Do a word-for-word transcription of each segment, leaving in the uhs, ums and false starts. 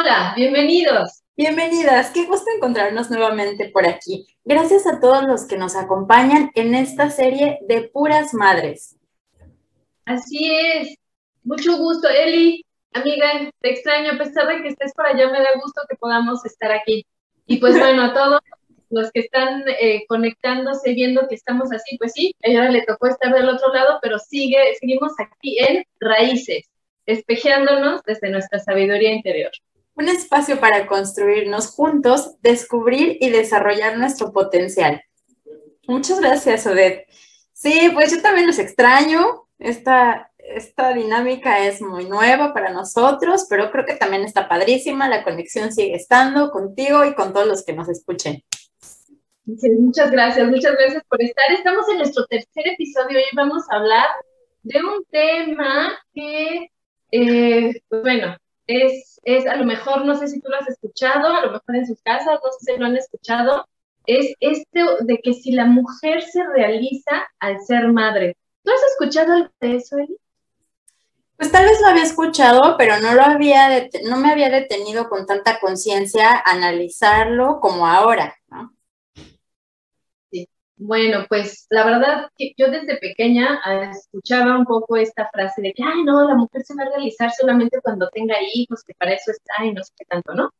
Hola, bienvenidos. Bienvenidas, qué gusto encontrarnos nuevamente por aquí. Gracias a todos los que nos acompañan en esta serie de Puras Madres. Así es, mucho gusto, Eli, amiga, te extraño, a pesar de que estés por allá, me da gusto que podamos estar aquí. Y pues bueno, a todos los que están eh, conectándose, viendo que estamos así, pues sí, a ella le tocó estar del otro lado, pero sigue, seguimos aquí en Raíces, espejeándonos desde nuestra sabiduría interior. Un espacio para construirnos juntos, descubrir y desarrollar nuestro potencial. Muchas gracias, Odette. Sí, pues yo también los extraño. Esta, esta dinámica es muy nueva para nosotros, pero creo que también está padrísima. La conexión sigue estando contigo y con todos los que nos escuchen. Sí, muchas gracias, muchas gracias por estar. Estamos en nuestro tercer episodio y vamos a hablar de un tema que, eh, pues bueno, es, es a lo mejor, no sé si tú lo has escuchado, a lo mejor en sus casas, no sé si lo han escuchado, es este de que si la mujer se realiza al ser madre. ¿Tú has escuchado algo de eso, Eli? Pues tal vez lo había escuchado, pero no lo había, no me había detenido con tanta conciencia a analizarlo como ahora, ¿no? Bueno, pues la verdad que yo desde pequeña eh, escuchaba un poco esta frase de que, ay, no, la mujer se va a realizar solamente cuando tenga hijos, que para eso está y no sé qué tanto, ¿no?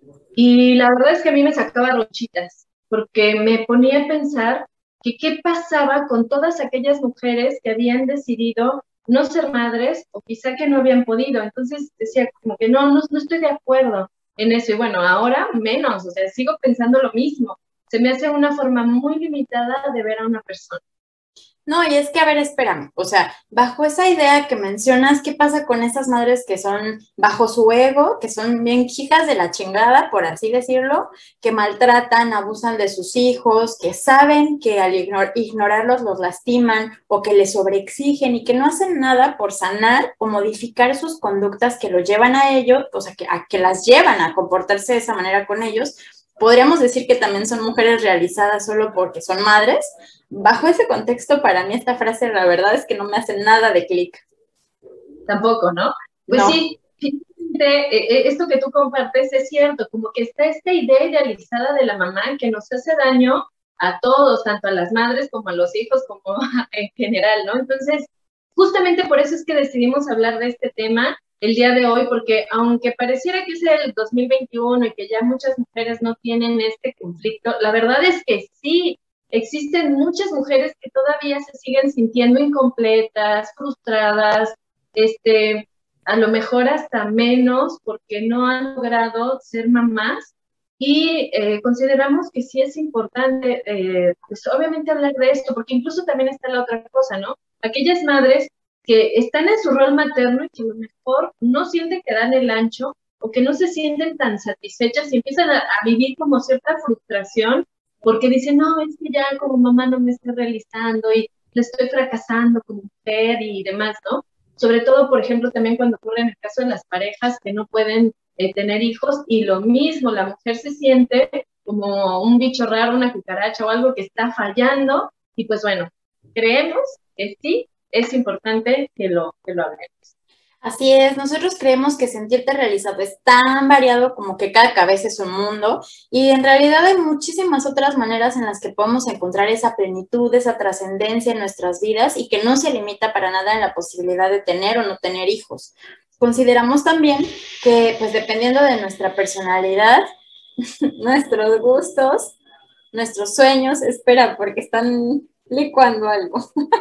Y la verdad es que a mí me sacaba ronchitas, porque me ponía a pensar que qué pasaba con todas aquellas mujeres que habían decidido no ser madres o quizá que no habían podido. Entonces decía como que no, no, no estoy de acuerdo en eso. Y bueno, ahora menos, o sea, sigo pensando lo mismo. Se me hace una forma muy limitada de ver a una persona. No, y es que, a ver, espérame, o sea, bajo esa idea que mencionas, ¿qué pasa con esas madres que son bajo su ego, que son bien hijas de la chingada, por así decirlo, que maltratan, abusan de sus hijos, que saben que al ignor ignorarlos los lastiman o que les sobreexigen y que no hacen nada por sanar o modificar sus conductas que los llevan a ello, o sea, que, a, que las llevan a comportarse de esa manera con ellos? Podríamos decir que también son mujeres realizadas solo porque son madres. Bajo ese contexto, para mí esta frase, la verdad es que no me hace nada de clic. Tampoco, ¿no? Pues No. sí, fíjate, eh, eh, esto que tú compartes es cierto, como que está esta idea idealizada de la mamá que nos hace daño a todos, tanto a las madres como a los hijos, como en general, ¿no? Entonces, justamente por eso es que decidimos hablar de este tema el día de hoy, porque aunque pareciera que es el dos mil veintiuno y que ya muchas mujeres no tienen este conflicto, la verdad es que sí, existen muchas mujeres que todavía se siguen sintiendo incompletas, frustradas, este, a lo mejor hasta menos porque no han logrado ser mamás y eh, consideramos que sí es importante, eh, pues obviamente hablar de esto, porque incluso también está la otra cosa, ¿no? Aquellas madres que están en su rol materno y que a lo mejor no sienten que dan el ancho o que no se sienten tan satisfechas y empiezan a, a vivir como cierta frustración porque dicen, no, es que ya como mamá no me estoy realizando y le estoy fracasando como mujer y demás, ¿no? Sobre todo, por ejemplo, también cuando ocurre en el caso de las parejas que no pueden eh, tener hijos y lo mismo, la mujer se siente como un bicho raro, una cucaracha o algo que está fallando y pues bueno, creemos que sí es importante que lo, que lo hablemos. Así es, nosotros creemos que sentirte realizado es tan variado como que cada cabeza es un mundo y en realidad hay muchísimas otras maneras en las que podemos encontrar esa plenitud, esa trascendencia en nuestras vidas y que no se limita para nada en la posibilidad de tener o no tener hijos. Consideramos también que, pues dependiendo de nuestra personalidad, nuestros gustos, nuestros sueños, espera, porque están licuando algo.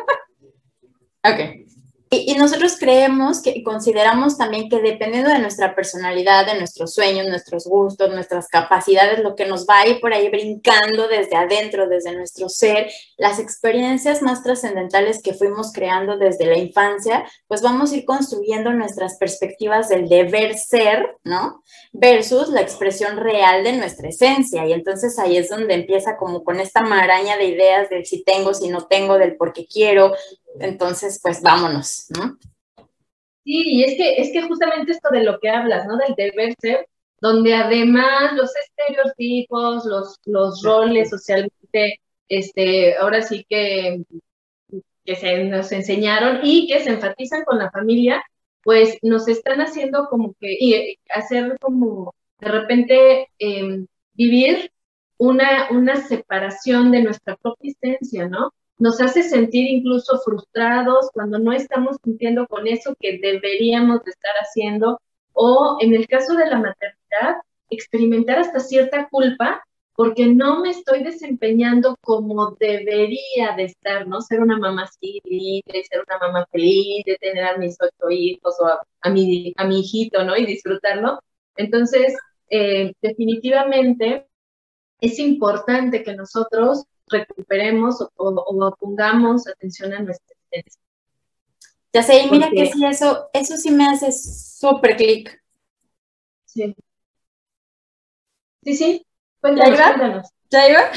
Ok. Y, y nosotros creemos que consideramos también que dependiendo de nuestra personalidad, de nuestros sueños, nuestros gustos, nuestras capacidades, lo que nos va a ir por ahí brincando desde adentro, desde nuestro ser, las experiencias más trascendentales que fuimos creando desde la infancia, pues vamos a ir construyendo nuestras perspectivas del deber ser, ¿no? Versus la expresión real de nuestra esencia. Y entonces ahí es donde empieza como con esta maraña de ideas del si tengo, si no tengo, del por qué quiero. Entonces, pues vámonos, ¿no? Sí, y es que, es que justamente esto de lo que hablas, ¿no? Del deber ser, donde además los estereotipos, los, los roles socialmente, este, ahora sí que, que se nos enseñaron y que se enfatizan con la familia, pues nos están haciendo como que, y hacer como de repente eh, vivir una, una separación de nuestra propia esencia, ¿no? Nos hace sentir incluso frustrados cuando no estamos cumpliendo con eso que deberíamos de estar haciendo, o en el caso de la maternidad, experimentar hasta cierta culpa porque no me estoy desempeñando como debería de estar, ¿no? Ser una mamá así, libre, ser una mamá feliz, de tener a mis ocho hijos o a, a, mi, a mi hijito, ¿no? Y disfrutarlo. Entonces, eh, definitivamente es importante que nosotros recuperemos o, o, o pongamos atención a nuestra esencia. Ya sé, y mira que sí, eso, eso sí me hace súper clic. Sí. Sí, sí. Cuéntanos, ¿Ya iba? cuéntanos. ¿Ya iba?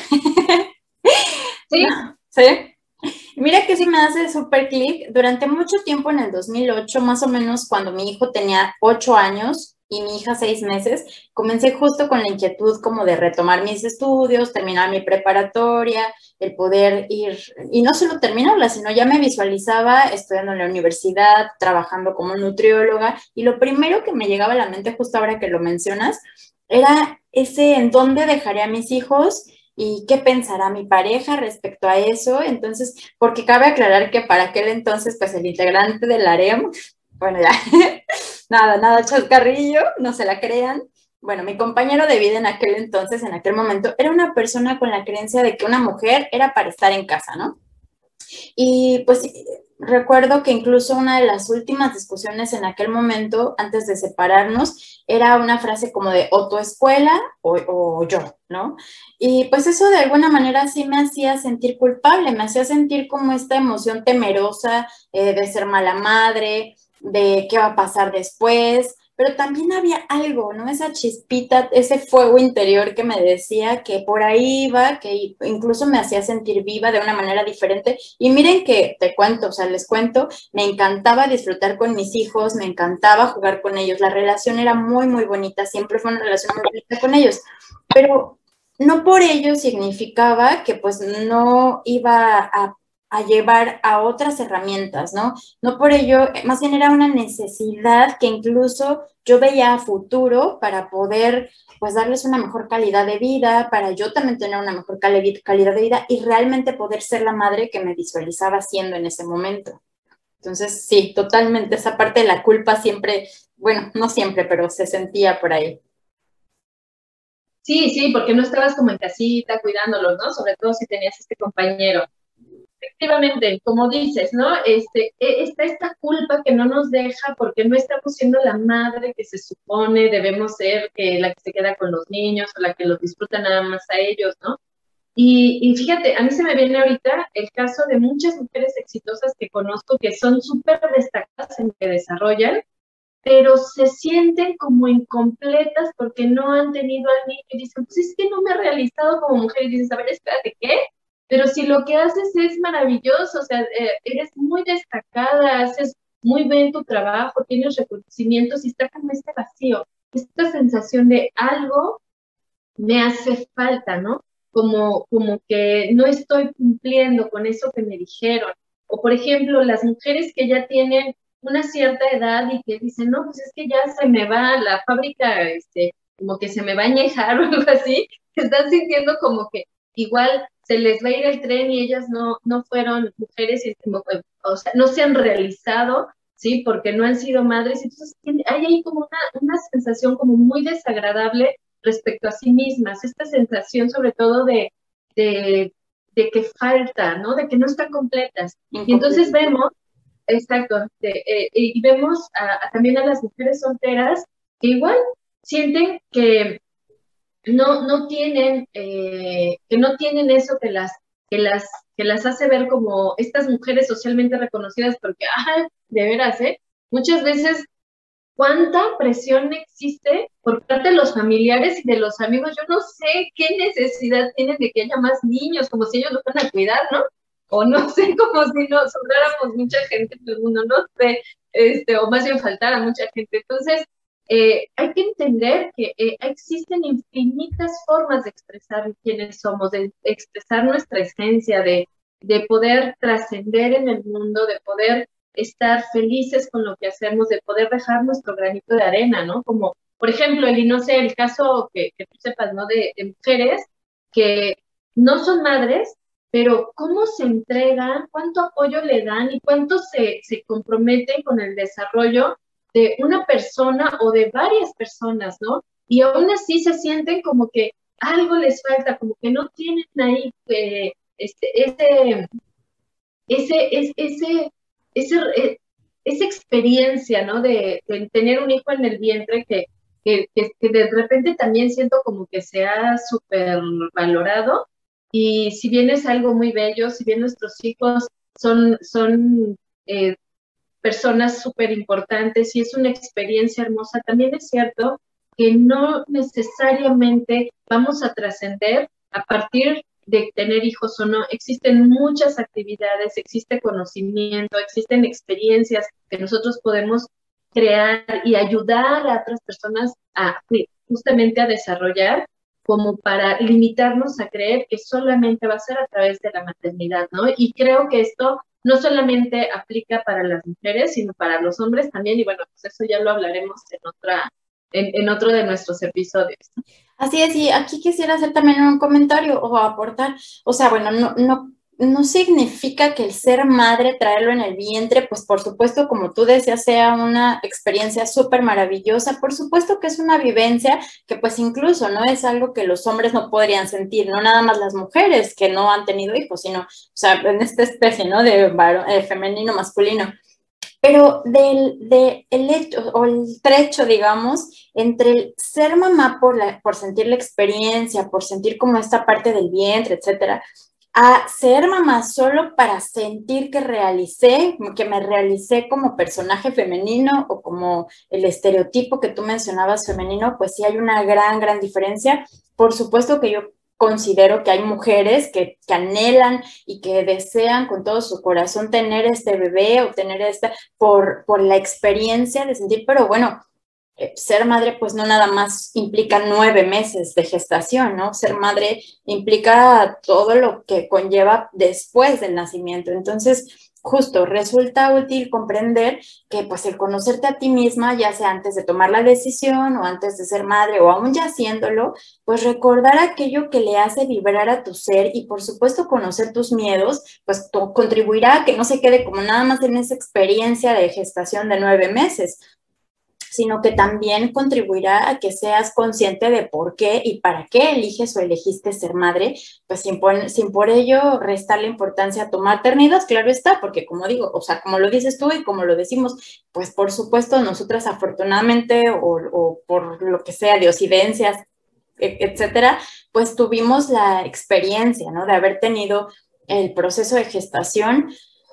Sí. No, sí. Mira que sí me hace súper clic. Durante mucho tiempo, en el dos mil ocho, más o menos cuando mi hijo tenía ocho años y mi hija seis meses, comencé justo con la inquietud como de retomar mis estudios, terminar mi preparatoria, el poder ir, y no solo terminarla, sino ya me visualizaba estudiando en la universidad, trabajando como nutrióloga, y lo primero que me llegaba a la mente justo ahora que lo mencionas, era ese en dónde dejaré a mis hijos y qué pensará mi pareja respecto a eso. Entonces, porque cabe aclarar que para aquel entonces, pues el integrante del harem, bueno, ya, nada, nada chascarrillo, no se la crean. Bueno, mi compañero de vida en aquel entonces, en aquel momento, era una persona con la creencia de que una mujer era para estar en casa, ¿no? Y pues recuerdo que incluso una de las últimas discusiones en aquel momento, antes de separarnos, era una frase como de o tu escuela o, o yo, ¿no? Y pues eso de alguna manera sí me hacía sentir culpable, me hacía sentir como esta emoción temerosa eh, de ser mala madre, de qué va a pasar después, pero también había algo, ¿no? Esa chispita, ese fuego interior que me decía que por ahí iba, que incluso me hacía sentir viva de una manera diferente. Y miren que te cuento, o sea, les cuento, me encantaba disfrutar con mis hijos, me encantaba jugar con ellos, la relación era muy, muy bonita, siempre fue una relación muy bonita con ellos, pero no por ello significaba que pues no iba a a llevar a otras herramientas, ¿no? No por ello, más bien era una necesidad que incluso yo veía a futuro para poder, pues, darles una mejor calidad de vida, para yo también tener una mejor calidad de vida y realmente poder ser la madre que me visualizaba siendo en ese momento. Entonces, sí, totalmente, esa parte de la culpa siempre, bueno, no siempre, pero se sentía por ahí. Sí, sí, porque no estabas como en casita cuidándolos, ¿no? Sobre todo si tenías este compañero. Efectivamente, como dices, ¿no? Este, está esta culpa que no nos deja porque no estamos siendo la madre que se supone debemos ser, que la que se queda con los niños o la que los disfruta nada más a ellos, ¿no? Y, y fíjate, a mí se me viene ahorita el caso de muchas mujeres exitosas que conozco que son súper destacadas en lo que desarrollan, pero se sienten como incompletas porque no han tenido al niño y dicen, pues es que no me he realizado como mujer. Y dices, a ver, espérate, ¿qué? Pero si lo que haces es maravilloso, o sea, eh, eres muy destacada, haces muy bien tu trabajo, tienes reconocimientos y está como este vacío, esta sensación de algo me hace falta, ¿no? Como, como que no estoy cumpliendo con eso que me dijeron. O, por ejemplo, las mujeres que ya tienen una cierta edad y que dicen, no, pues es que ya se me va la fábrica, este, como que se me va a añejar o algo así, que están sintiendo como que igual se les va a ir el tren y ellas no, no fueron mujeres, y como, o sea, no se han realizado, ¿sí? Porque no han sido madres. Entonces hay ahí como una, una sensación como muy desagradable respecto a sí mismas, esta sensación sobre todo de, de, de que falta, ¿no? De que no están completas. Y entonces vemos, exacto, de, eh, y vemos a, a, también a las mujeres solteras que igual sienten que no, no tienen, eh, que no tienen eso que las, que las, que las hace ver como estas mujeres socialmente reconocidas, porque, ah, de veras, ¿eh? Muchas veces cuánta presión existe por parte de los familiares y de los amigos. Yo no sé qué necesidad tienen de que haya más niños, como si ellos lo fueran a cuidar, ¿no? O no sé, como si no sobráramos mucha gente en el mundo, no sé, este, o más bien faltara mucha gente. Entonces, eh, hay que entender que eh, existen infinitas formas de expresar quiénes somos, de expresar nuestra esencia, de, de poder trascender en el mundo, de poder estar felices con lo que hacemos, de poder dejar nuestro granito de arena, ¿no? Como, por ejemplo, el, y no sé, el caso que, que tú sepas, ¿no? De, de mujeres que no son madres, pero cómo se entregan, cuánto apoyo le dan y cuánto se, se comprometen con el desarrollo de una persona o de varias personas, ¿no? Y aún así se sienten como que algo les falta, como que no tienen ahí eh, este, ese, ese, ese, ese, ese, eh, esa experiencia, ¿no? De, de tener un hijo en el vientre que, que, que, que de repente también siento como que se ha súper valorado. Y si bien es algo muy bello, si bien nuestros hijos son, son eh, personas súper importantes y es una experiencia hermosa, también es cierto que no necesariamente vamos a trascender a partir de tener hijos o no. Existen muchas actividades, existe conocimiento, existen experiencias que nosotros podemos crear y ayudar a otras personas a justamente a desarrollar, como para limitarnos a creer que solamente va a ser a través de la maternidad, ¿no? Y creo que esto no solamente aplica para las mujeres, sino para los hombres también, y bueno, pues eso ya lo hablaremos en otra, en, en otro de nuestros episodios. Así es, y aquí quisiera hacer también un comentario o aportar, o sea, bueno, no, no, no significa que el ser madre, traerlo en el vientre, pues por supuesto, como tú decías, sea una experiencia súper maravillosa, por supuesto que es una vivencia que pues incluso, ¿no? Es algo que los hombres no podrían sentir, no nada más las mujeres que no han tenido hijos, sino, o sea, en esta especie, ¿no? De varón, eh, femenino, masculino. Pero del de el hecho o el trecho, digamos, entre el ser mamá por, la, por sentir la experiencia, por sentir como esta parte del vientre, etcétera, a ser mamá solo para sentir que realicé, que me realicé como personaje femenino o como el estereotipo que tú mencionabas femenino, pues sí hay una gran, gran diferencia. Por supuesto que yo considero que hay mujeres que, que anhelan y que desean con todo su corazón tener este bebé o tener esta, por, por la experiencia de sentir, pero bueno, eh, ser madre pues no nada más implica nueve meses de gestación, ¿no? Ser madre implica todo lo que conlleva después del nacimiento. Entonces, justo resulta útil comprender que pues el conocerte a ti misma, ya sea antes de tomar la decisión o antes de ser madre o aún ya haciéndolo, pues recordar aquello que le hace vibrar a tu ser y por supuesto conocer tus miedos, pues contribuirá a que no se quede como nada más en esa experiencia de gestación de nueve meses, sino que también contribuirá a que seas consciente de por qué y para qué eliges o elegiste ser madre, pues sin, por, sin por ello restar la importancia a tu maternidad, claro está, porque como digo, o sea, como lo dices tú y como lo decimos, pues por supuesto nosotras afortunadamente o, o por lo que sea, de ocidencias, etcétera, pues tuvimos la experiencia, ¿no? De haber tenido el proceso de gestación.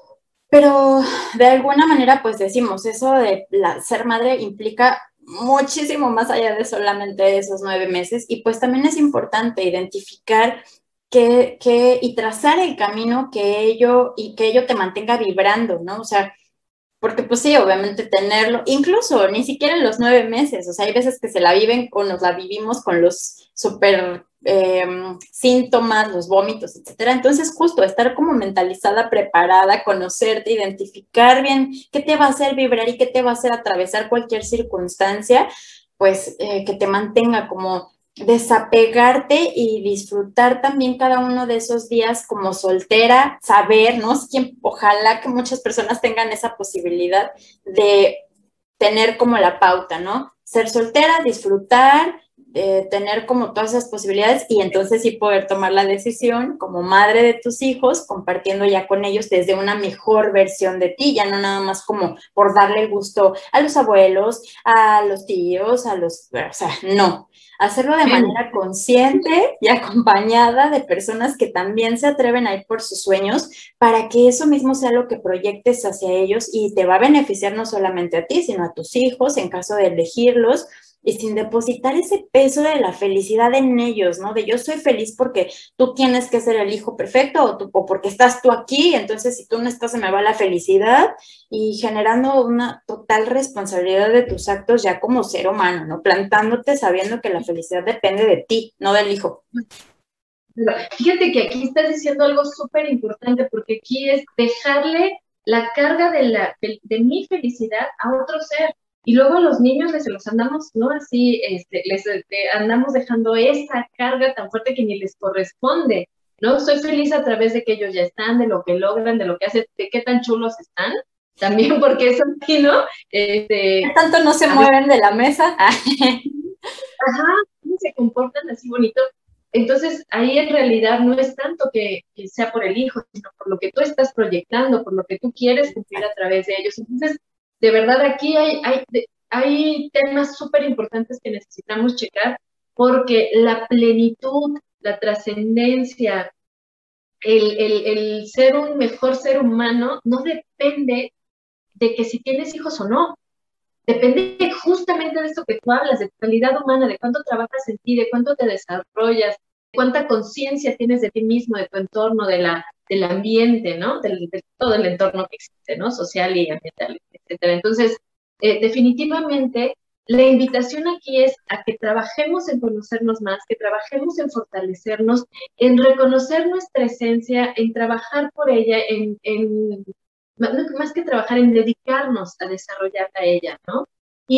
Pero de alguna manera, pues decimos, eso de la, ser madre implica muchísimo más allá de solamente esos nueve meses y pues también es importante identificar que, que, y trazar el camino que ello, y que ello te mantenga vibrando, ¿no? O sea, porque pues sí, obviamente tenerlo, incluso ni siquiera en los nueve meses, o sea, hay veces que se la viven o nos la vivimos con los súper eh, síntomas, los vómitos, etcétera. Entonces, justo estar como mentalizada, preparada, conocerte, identificar bien qué te va a hacer vibrar y qué te va a hacer atravesar cualquier circunstancia, pues eh, que te mantenga como desapegarte y disfrutar también cada uno de esos días como soltera, saber, ¿no? Ojalá que muchas personas tengan esa posibilidad de tener como la pauta, ¿no? Ser soltera, disfrutar, eh, tener como todas esas posibilidades y entonces sí poder tomar la decisión como madre de tus hijos, compartiendo ya con ellos desde una mejor versión de ti, ya no nada más como por darle el gusto a los abuelos, a los tíos, a los, o sea, no. Hacerlo de manera consciente y acompañada de personas que también se atreven a ir por sus sueños para que eso mismo sea lo que proyectes hacia ellos y te va a beneficiar no solamente a ti, sino a tus hijos en caso de elegirlos y sin depositar ese peso de la felicidad en ellos, ¿no? De yo soy feliz porque tú tienes que ser el hijo perfecto o, tú, o porque estás tú aquí, entonces si tú no estás se me va la felicidad y generando una total responsabilidad de tus actos ya como ser humano, ¿no? Plantándote sabiendo que la felicidad depende de ti, no del hijo. Fíjate que aquí estás diciendo algo súper importante porque aquí es dejarle la carga de, la, de, de mi felicidad a otro ser. y luego a los niños les los andamos, ¿no? Así, este, les este, andamos dejando esa carga tan fuerte que ni les corresponde, ¿no? Soy feliz a través de que ellos ya están, de lo que logran, de lo que hacen, de qué tan chulos están, también porque eso sí, ¿no? Este, tanto no se mueven de la mesa. Ajá, se comportan así bonito. Entonces, ahí en realidad no es tanto que, que sea por el hijo, sino por lo que tú estás proyectando, por lo que tú quieres cumplir a través de ellos. Entonces, de verdad, aquí hay, hay, hay temas súper importantes que necesitamos checar, porque la plenitud, la trascendencia, el, el, el ser un mejor ser humano, no depende de que si tienes hijos o no. Depende justamente de esto que tú hablas, de tu calidad humana, de cuánto trabajas en ti, de cuánto te desarrollas, de cuánta conciencia tienes de ti mismo, de tu entorno, de la, del ambiente, ¿no? Del, de todo el entorno que existe, ¿no? Social y ambiental, etcétera. Entonces, eh, definitivamente, la invitación aquí es a que trabajemos en conocernos más, que trabajemos en fortalecernos, en reconocer nuestra esencia, en trabajar por ella, en, en más que trabajar, en dedicarnos a desarrollar a ella, ¿no?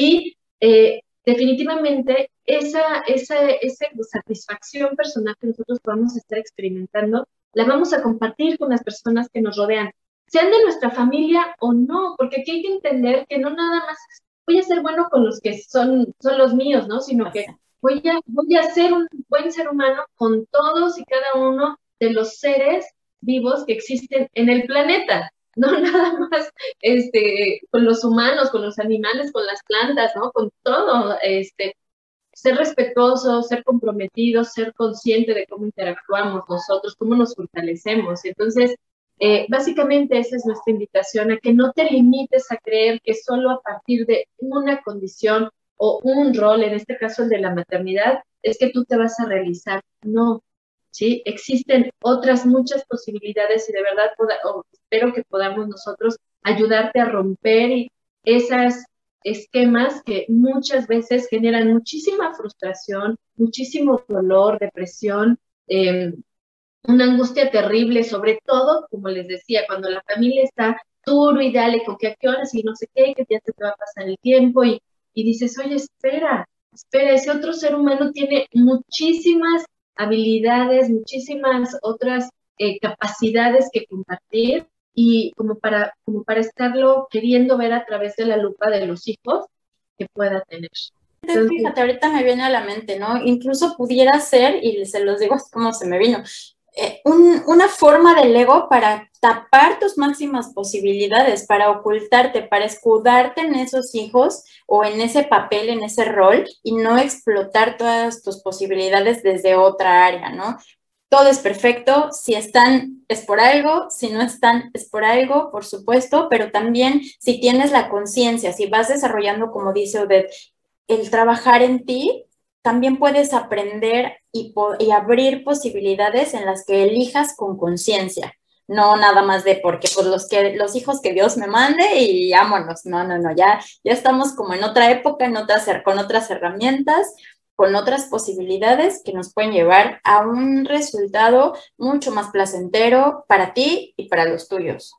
Y eh, definitivamente esa, esa, esa satisfacción personal que nosotros podamos estar experimentando, la vamos a compartir con las personas que nos rodean, sean de nuestra familia o no, porque aquí hay que entender que no nada más voy a ser bueno con los que son, son los míos, ¿no? Sino que voy a, voy a ser un buen ser humano con todos y cada uno de los seres vivos que existen en el planeta. No nada más este, con los humanos, con los animales, con las plantas, ¿no? Con todo, este, ser respetuoso, ser comprometido, ser consciente de cómo interactuamos nosotros, cómo nos fortalecemos. Entonces, eh, básicamente esa es nuestra invitación, a que no te limites a creer que solo a partir de una condición o un rol, en este caso el de la maternidad, es que tú te vas a realizar. No, ¿sí? Existen otras muchas posibilidades y de verdad poda, oh, espero que podamos nosotros ayudarte a romper esos esquemas que muchas veces generan muchísima frustración, muchísimo dolor, depresión, eh, una angustia terrible, sobre todo, como les decía, cuando la familia está duro y dale con que a qué horas y no sé qué, que ya te va a pasar el tiempo y, y dices, oye, espera, espera, ese otro ser humano tiene muchísimas habilidades, muchísimas otras eh, capacidades que compartir y como para, como para estarlo queriendo ver a través de la lupa de los hijos que pueda tener. Entonces, fíjate, ahorita me viene a la mente, ¿no? Incluso pudiera ser, y se los digo así como se me vino, eh, un, una forma del ego para tapar tus máximas posibilidades, para ocultarte, para escudarte en esos hijos o en ese papel, en ese rol y no explotar todas tus posibilidades desde otra área, ¿no? Todo es perfecto, si están es por algo, si no están es por algo, por supuesto, pero también si tienes la conciencia, si vas desarrollando, como dice Odette, el trabajar en ti, también puedes aprender y, y abrir posibilidades en las que elijas con conciencia, no nada más de porque pues los, que, los hijos que Dios me mande y vámonos, no, no, no, ya, ya estamos como en otra época, en otras, con otras herramientas, con otras posibilidades que nos pueden llevar a un resultado mucho más placentero para ti y para los tuyos.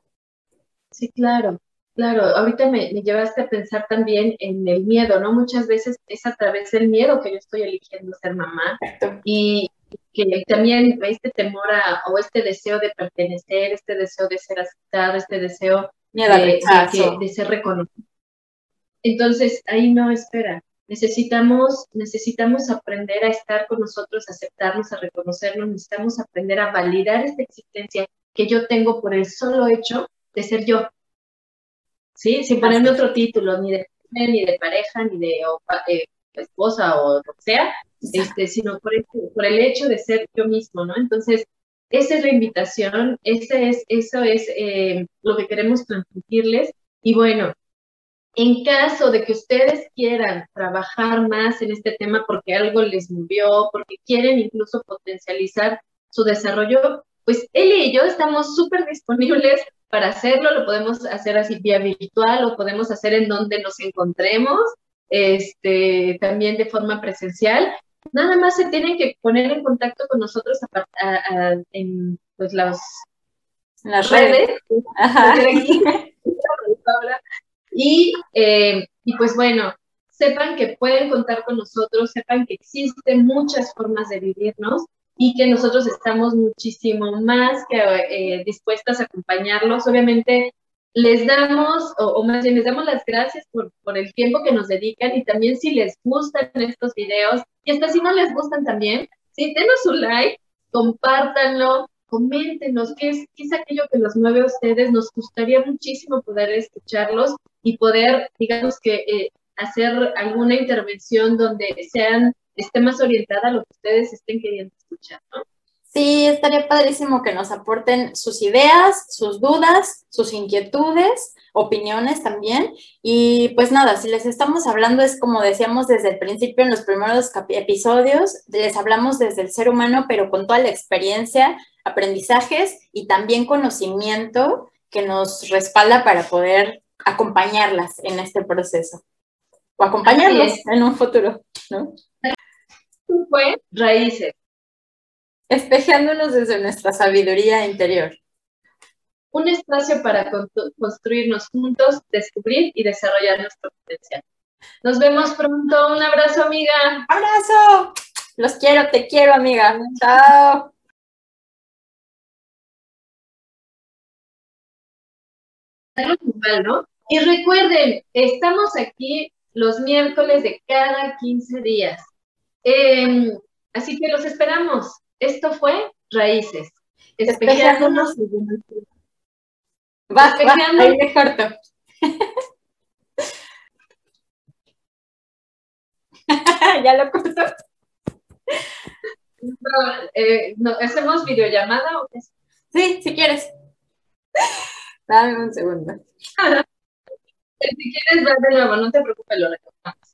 Sí, claro, claro. Ahorita me, me llevaste a pensar también en el miedo, ¿no? Muchas veces es a través del miedo que yo estoy eligiendo ser mamá. Exacto. Y que también este temor a, o este deseo de pertenecer, este deseo de ser aceptado, este deseo de, de, que, de ser reconocido. Entonces, ahí no, espera. Necesitamos, necesitamos aprender a estar con nosotros, a aceptarnos, a reconocernos, necesitamos aprender a validar esta existencia que yo tengo por el solo hecho de ser yo, ¿sí? Sin ponerme otro título, ni de ni de pareja, ni de o, eh, esposa o lo que sea, este, sino por el, por el hecho de ser yo mismo, ¿no? Entonces, esa es la invitación, ese es, eso es eh, lo que queremos transmitirles, y bueno, en caso de que ustedes quieran trabajar más en este tema porque algo les movió, porque quieren incluso potencializar su desarrollo, pues Eli y yo estamos súper disponibles para hacerlo. Lo podemos hacer así vía virtual, lo podemos hacer en donde nos encontremos, este, también de forma presencial. Nada más se tienen que poner en contacto con nosotros a, a, a, en pues, las, las redes. redes. Ajá. Aquí, y eh, Y pues bueno, sepan que pueden contar con nosotros, sepan que existen muchas formas de vivirnos y que nosotros estamos muchísimo más que eh, dispuestas a acompañarlos. Obviamente les damos, o, o más bien les damos las gracias por, por el tiempo que nos dedican, y también si les gustan estos videos, y hasta si no les gustan también, sí, denos un like, compártanlo, coméntenos qué es, qué es aquello que los mueve a ustedes. Nos gustaría muchísimo poder escucharlos y poder, digamos que, eh, hacer alguna intervención donde sean, esté más orientada a lo que ustedes estén queriendo escuchar, ¿no? Sí, estaría padrísimo que nos aporten sus ideas, sus dudas, sus inquietudes, opiniones también. Y pues nada, si les estamos hablando, es como decíamos desde el principio en los primeros episodios, les hablamos desde el ser humano, pero con toda la experiencia, aprendizajes y también conocimiento que nos respalda para poder acompañarlas en este proceso o acompañarlos en un futuro, ¿no? Esto fue Raíces. Espejeándonos desde nuestra sabiduría interior. Un espacio para construirnos juntos, descubrir y desarrollar nuestro potencial. Nos vemos pronto. Un abrazo, amiga. ¡Abrazo! Los quiero, te quiero, amiga. Chao. ¿No? Y recuerden, estamos aquí los miércoles de cada quince días. Eh, así que los esperamos. Esto fue Raíces. Espejeándonos. Va, Espejeando. Va, ahí me corto. ¿Ya lo corto? No, eh, no, ¿hacemos videollamada o qué? Sí, si quieres. Dame un segundo. Si quieres, va de nuevo, no te preocupes, lo recordamos.